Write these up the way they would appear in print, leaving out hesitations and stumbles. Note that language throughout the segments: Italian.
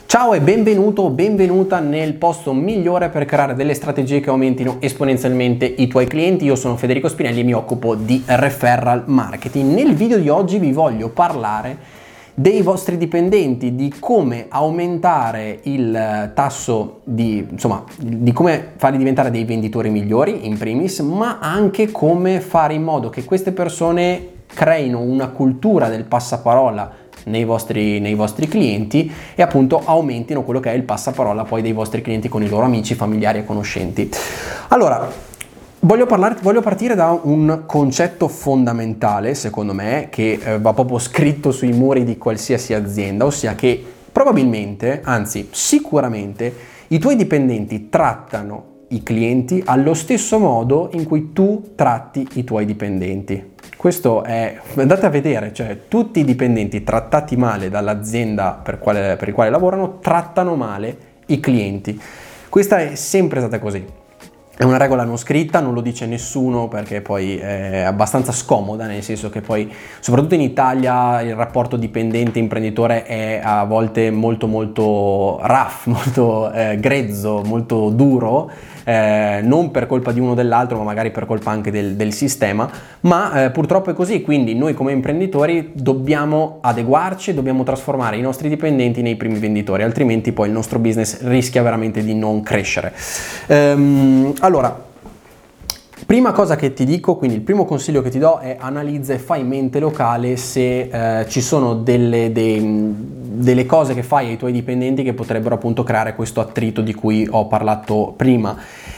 Ciao e benvenuto o benvenuta nel posto migliore per creare delle strategie che aumentino esponenzialmente i tuoi clienti. Io sono Federico Spinelli e mi occupo di referral marketing. Nel video di oggi vi voglio parlare dei vostri dipendenti, di come aumentare il tasso di come farli diventare dei venditori migliori in primis, ma anche come fare in modo che queste persone creino una cultura del passaparola nei vostri clienti e appunto aumentino quello che è il passaparola poi dei vostri clienti con i loro amici, familiari e conoscenti. Allora, voglio partire da un concetto fondamentale, secondo me, che va proprio scritto sui muri di qualsiasi azienda, ossia che probabilmente, anzi sicuramente, i tuoi dipendenti trattano i clienti allo stesso modo in cui tu tratti i tuoi dipendenti. Questo è, andate a vedere, cioè tutti i dipendenti trattati male dall'azienda per il quale lavorano trattano male i clienti. Questa è sempre stata così. È una regola non scritta, non lo dice nessuno perché poi è abbastanza scomoda, nel senso che poi soprattutto in Italia il rapporto dipendente-imprenditore è a volte molto rough, molto grezzo, molto duro, non per colpa di uno o dell'altro ma magari per colpa anche del sistema, ma purtroppo è così. Quindi noi come imprenditori dobbiamo adeguarci, dobbiamo trasformare i nostri dipendenti nei primi venditori, altrimenti poi il nostro business rischia veramente di non crescere. Allora, prima cosa che ti dico, quindi il primo consiglio che ti do è analizza e fai mente locale se ci sono delle cose che fai ai tuoi dipendenti che potrebbero appunto creare questo attrito di cui ho parlato prima.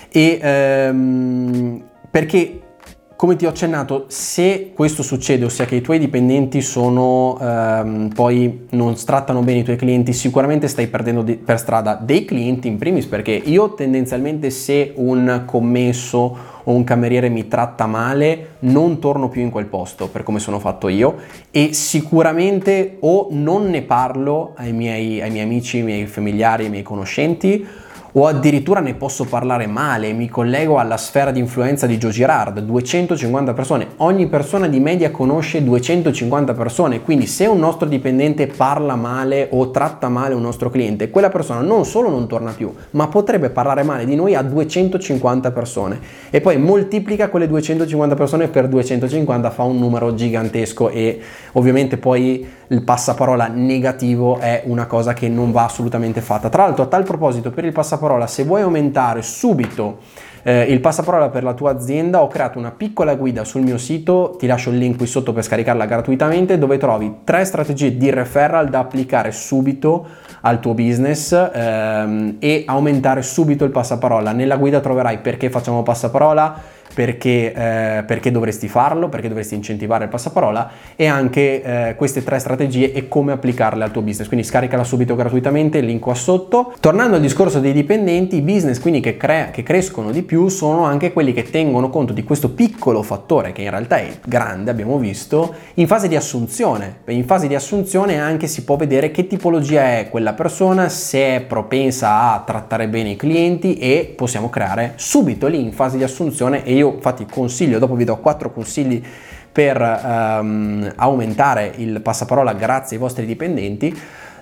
E perché, come ti ho accennato, se questo succede, ossia che i tuoi dipendenti poi non trattano bene i tuoi clienti, sicuramente stai perdendo per strada dei clienti in primis, perché io tendenzialmente, se un commesso o un cameriere mi tratta male, non torno più in quel posto per come sono fatto io, e sicuramente o non ne parlo ai miei amici, ai miei familiari, ai miei conoscenti, o addirittura ne posso parlare male. Mi collego alla sfera di influenza di Joe Girard, 250 persone, ogni persona di media conosce 250 persone, quindi se un nostro dipendente parla male o tratta male un nostro cliente, quella persona non solo non torna più, ma potrebbe parlare male di noi a 250 persone, e poi moltiplica quelle 250 persone per 250, fa un numero gigantesco, e ovviamente poi il passaparola negativo è una cosa che non va assolutamente fatta. Tra l'altro, a tal proposito, per il passaparola, se vuoi aumentare subito il passaparola per la tua azienda, ho creato una piccola guida sul mio sito, ti lascio il link qui sotto per scaricarla gratuitamente, dove trovi 3 strategie di referral da applicare subito al tuo business e aumentare subito il passaparola. Nella guida troverai perché facciamo passaparola, perché dovresti farlo, perché dovresti incentivare il passaparola, e anche queste 3 strategie e come applicarle al tuo business. Quindi scaricala subito gratuitamente, il link qua sotto. Tornando al discorso dei dipendenti, i business quindi che crescono di più sono anche quelli che tengono conto di questo piccolo fattore, che in realtà è grande, abbiamo visto, in fase di assunzione. In fase di assunzione anche si può vedere che tipologia è quella persona, se è propensa a trattare bene i clienti, e possiamo creare subito lì in fase di assunzione. E io infatti consiglio, dopo vi do 4 consigli per aumentare il passaparola grazie ai vostri dipendenti.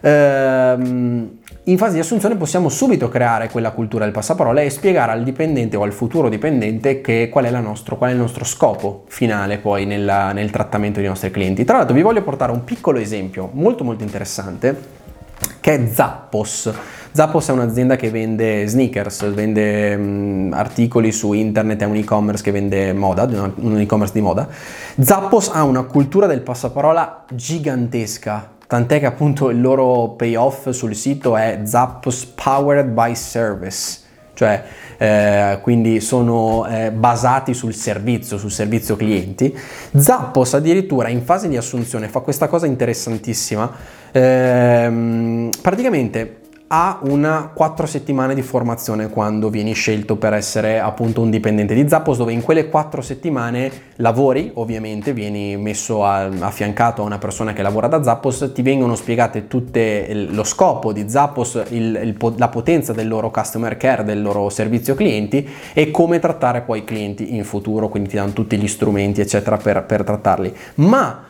In fase di assunzione possiamo subito creare quella cultura del passaparola e spiegare al dipendente o al futuro dipendente qual è il nostro scopo finale poi nel trattamento dei nostri clienti. Tra l'altro vi voglio portare un piccolo esempio molto interessante, che è Zappos. Zappos è un'azienda che vende sneakers, vende articoli su internet, è un e-commerce che vende moda, un e-commerce di moda. Zappos ha una cultura del passaparola gigantesca, tant'è che appunto il loro payoff sul sito è Zappos Powered by Service, cioè quindi sono basati sul servizio clienti. Zappos addirittura in fase di assunzione fa questa cosa interessantissima, praticamente ha una 4 settimane di formazione quando vieni scelto per essere appunto un dipendente di Zappos, dove in quelle 4 settimane lavori, ovviamente vieni messo affiancato a una persona che lavora da Zappos, ti vengono spiegate tutte lo scopo di Zappos, la potenza del loro customer care, del loro servizio clienti, e come trattare poi i clienti in futuro, quindi ti danno tutti gli strumenti eccetera per trattarli. Ma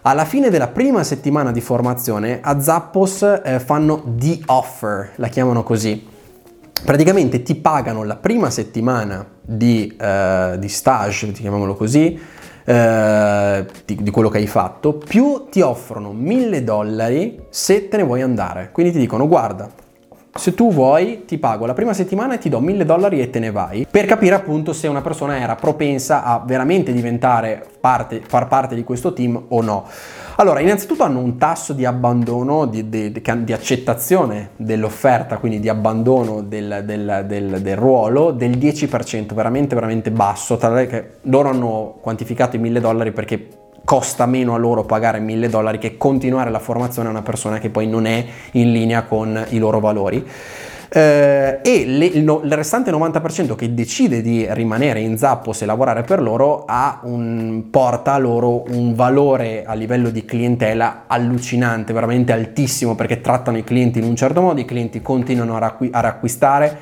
Alla fine della prima settimana di formazione a Zappos fanno the offer, la chiamano così. Praticamente ti pagano la prima settimana di stage, chiamiamolo così, di quello che hai fatto, più ti offrono $1.000 se te ne vuoi andare. Quindi ti dicono: guarda, se tu vuoi ti pago la prima settimana e ti do $1.000 e te ne vai, per capire appunto se una persona era propensa a veramente far parte di questo team o no. Allora, innanzitutto hanno un tasso di abbandono, di accettazione dell'offerta, quindi di abbandono del ruolo del 10%, veramente veramente basso, tale che loro hanno quantificato i $1.000 perché costa meno a loro pagare $1.000 che continuare la formazione a una persona che poi non è in linea con i loro valori. E il restante 90% che decide di rimanere in Zappos e lavorare per loro porta a loro un valore a livello di clientela allucinante, veramente altissimo, perché trattano i clienti in un certo modo, i clienti continuano a acquistare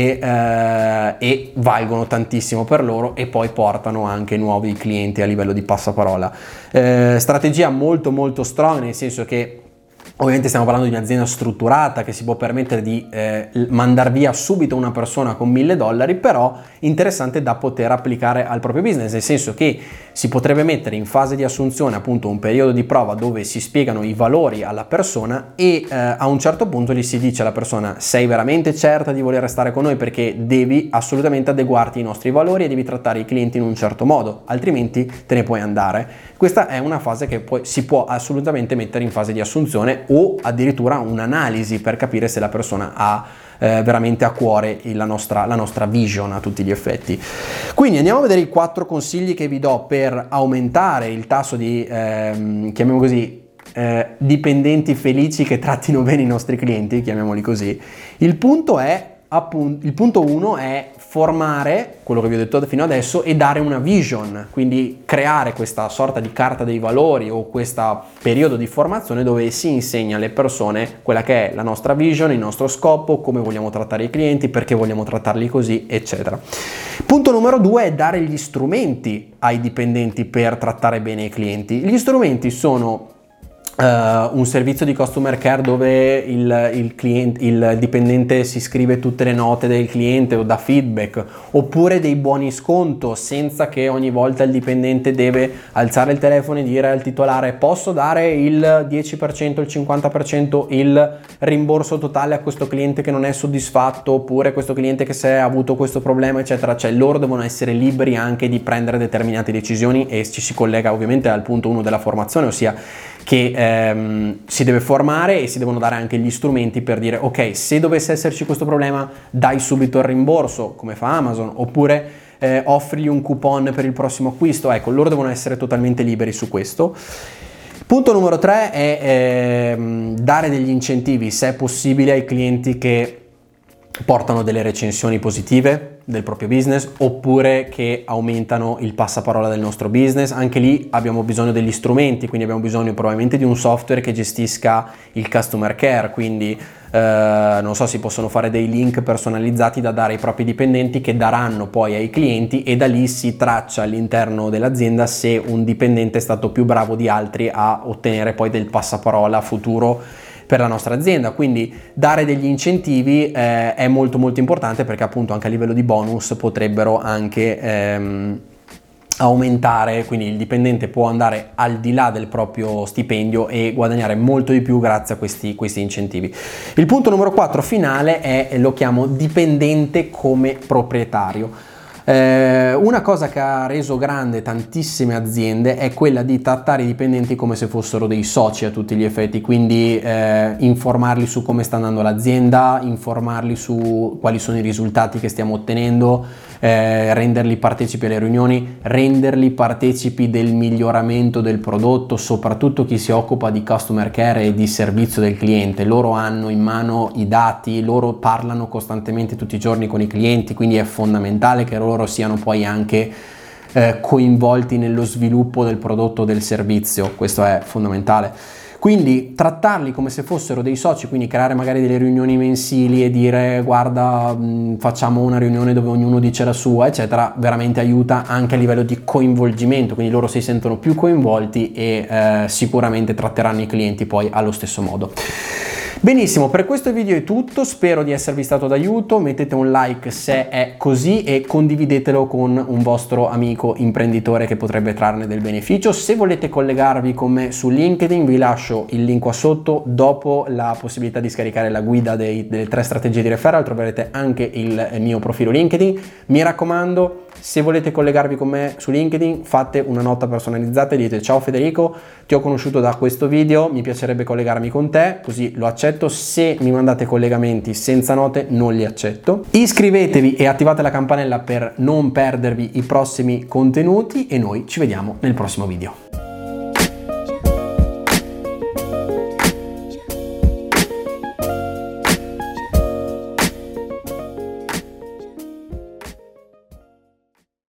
e valgono tantissimo per loro, e poi portano anche nuovi clienti a livello di passaparola. Strategia molto molto strong, nel senso che ovviamente stiamo parlando di un'azienda strutturata che si può permettere di mandar via subito una persona con $1.000, però interessante da poter applicare al proprio business, nel senso che si potrebbe mettere in fase di assunzione appunto un periodo di prova dove si spiegano i valori alla persona e a un certo punto gli si dice alla persona: sei veramente certa di voler restare con noi, perché devi assolutamente adeguarti ai nostri valori e devi trattare i clienti in un certo modo, altrimenti te ne puoi andare. Questa è una fase che poi si può assolutamente mettere in fase di assunzione, o addirittura un'analisi per capire se la persona ha veramente a cuore la nostra vision a tutti gli effetti. Quindi andiamo a vedere i 4 consigli che vi do per aumentare il tasso di chiamiamo così dipendenti felici che trattino bene i nostri clienti, chiamiamoli così. Il punto 1 è formare, quello che vi ho detto fino adesso, e dare una vision, quindi creare questa sorta di carta dei valori o questo periodo di formazione dove si insegna alle persone quella che è la nostra vision, il nostro scopo, come vogliamo trattare i clienti, perché vogliamo trattarli così, eccetera. Punto numero 2 è dare gli strumenti ai dipendenti per trattare bene i clienti. Gli strumenti sono un servizio di customer care dove il dipendente si scrive tutte le note del cliente o dà feedback, oppure dei buoni sconto senza che ogni volta il dipendente deve alzare il telefono e dire al titolare: posso dare il 10%, il 50%, il rimborso totale a questo cliente che non è soddisfatto, oppure questo cliente che se ha avuto questo problema, eccetera. Cioè loro devono essere liberi anche di prendere determinate decisioni, e ci si collega ovviamente al punto 1 della formazione, ossia che si deve formare e si devono dare anche gli strumenti per dire: ok, se dovesse esserci questo problema dai subito il rimborso come fa Amazon, oppure offrigli un coupon per il prossimo acquisto. Ecco, loro devono essere totalmente liberi su questo. Punto numero 3 è dare degli incentivi, se è possibile, ai clienti che portano delle recensioni positive del proprio business, oppure che aumentano il passaparola del nostro business. Anche lì abbiamo bisogno degli strumenti, quindi abbiamo bisogno probabilmente di un software che gestisca il customer care, quindi non so, si possono fare dei link personalizzati da dare ai propri dipendenti che daranno poi ai clienti, e da lì si traccia all'interno dell'azienda se un dipendente è stato più bravo di altri a ottenere poi del passaparola futuro per la nostra azienda. Quindi dare degli incentivi è molto molto importante, perché appunto anche a livello di bonus potrebbero anche aumentare, quindi il dipendente può andare al di là del proprio stipendio e guadagnare molto di più grazie a questi incentivi. Il punto numero 4 finale lo chiamo dipendente come proprietario. Una cosa che ha reso grande tantissime aziende è quella di trattare i dipendenti come se fossero dei soci a tutti gli effetti, quindi informarli su come sta andando l'azienda, informarli su quali sono i risultati che stiamo ottenendo, renderli partecipi alle riunioni, renderli partecipi del miglioramento del prodotto, soprattutto chi si occupa di customer care e di servizio del cliente. Loro hanno in mano i dati, loro parlano costantemente tutti i giorni con i clienti, quindi è fondamentale che loro siano poi anche coinvolti nello sviluppo del prodotto o del servizio. Questo è fondamentale. Quindi trattarli come se fossero dei soci, quindi creare magari delle riunioni mensili e dire guarda facciamo una riunione dove ognuno dice la sua eccetera, veramente aiuta anche a livello di coinvolgimento, quindi loro si sentono più coinvolti e sicuramente tratteranno i clienti poi allo stesso modo. Benissimo, per questo video è tutto, spero di esservi stato d'aiuto, mettete un like se è così e condividetelo con un vostro amico imprenditore che potrebbe trarne del beneficio. Se volete collegarvi con me su LinkedIn vi lascio il link qua sotto, dopo la possibilità di scaricare la guida delle 3 strategie di referral troverete anche il mio profilo LinkedIn. Mi raccomando, se volete collegarvi con me su LinkedIn fate una nota personalizzata e dite ciao Federico, ti ho conosciuto da questo video, mi piacerebbe collegarmi con te, così lo accetto. Se mi mandate collegamenti senza note non li accetto. Iscrivetevi e attivate la campanella per non perdervi i prossimi contenuti e noi ci vediamo nel prossimo video.